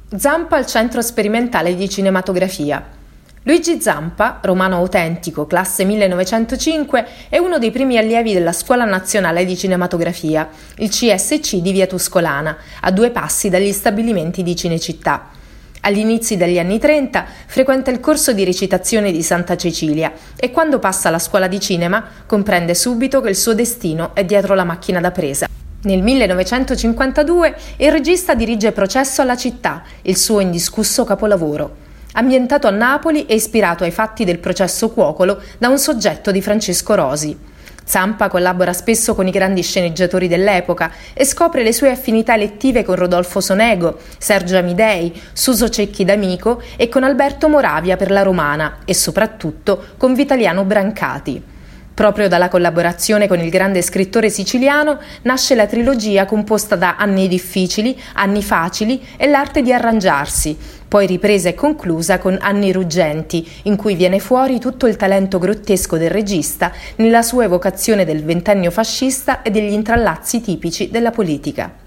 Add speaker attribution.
Speaker 1: Zampa al Centro Sperimentale di Cinematografia. Luigi Zampa, romano autentico, classe 1905, è uno dei primi allievi della Scuola Nazionale di Cinematografia, il CSC di Via Tuscolana, a 2 passi dagli stabilimenti di Cinecittà. Agli inizi degli anni 30 frequenta il corso di recitazione di Santa Cecilia e quando passa alla scuola di cinema comprende subito che il suo destino è dietro la macchina da presa. Nel 1952 il regista dirige Processo alla città, il suo indiscusso capolavoro. Ambientato a Napoli e ispirato ai fatti del processo Cuocolo da un soggetto di Francesco Rosi. Zampa collabora spesso con i grandi sceneggiatori dell'epoca e scopre le sue affinità elettive con Rodolfo Sonego, Sergio Amidei, Suso Cecchi D'Amico e con Alberto Moravia per La Romana e soprattutto con Vitaliano Brancati. Proprio dalla collaborazione con il grande scrittore siciliano nasce la trilogia composta da Anni difficili, Anni facili e L'arte di arrangiarsi, poi ripresa e conclusa con Anni ruggenti, in cui viene fuori tutto il talento grottesco del regista nella sua evocazione del ventennio fascista e degli intrallazzi tipici della politica.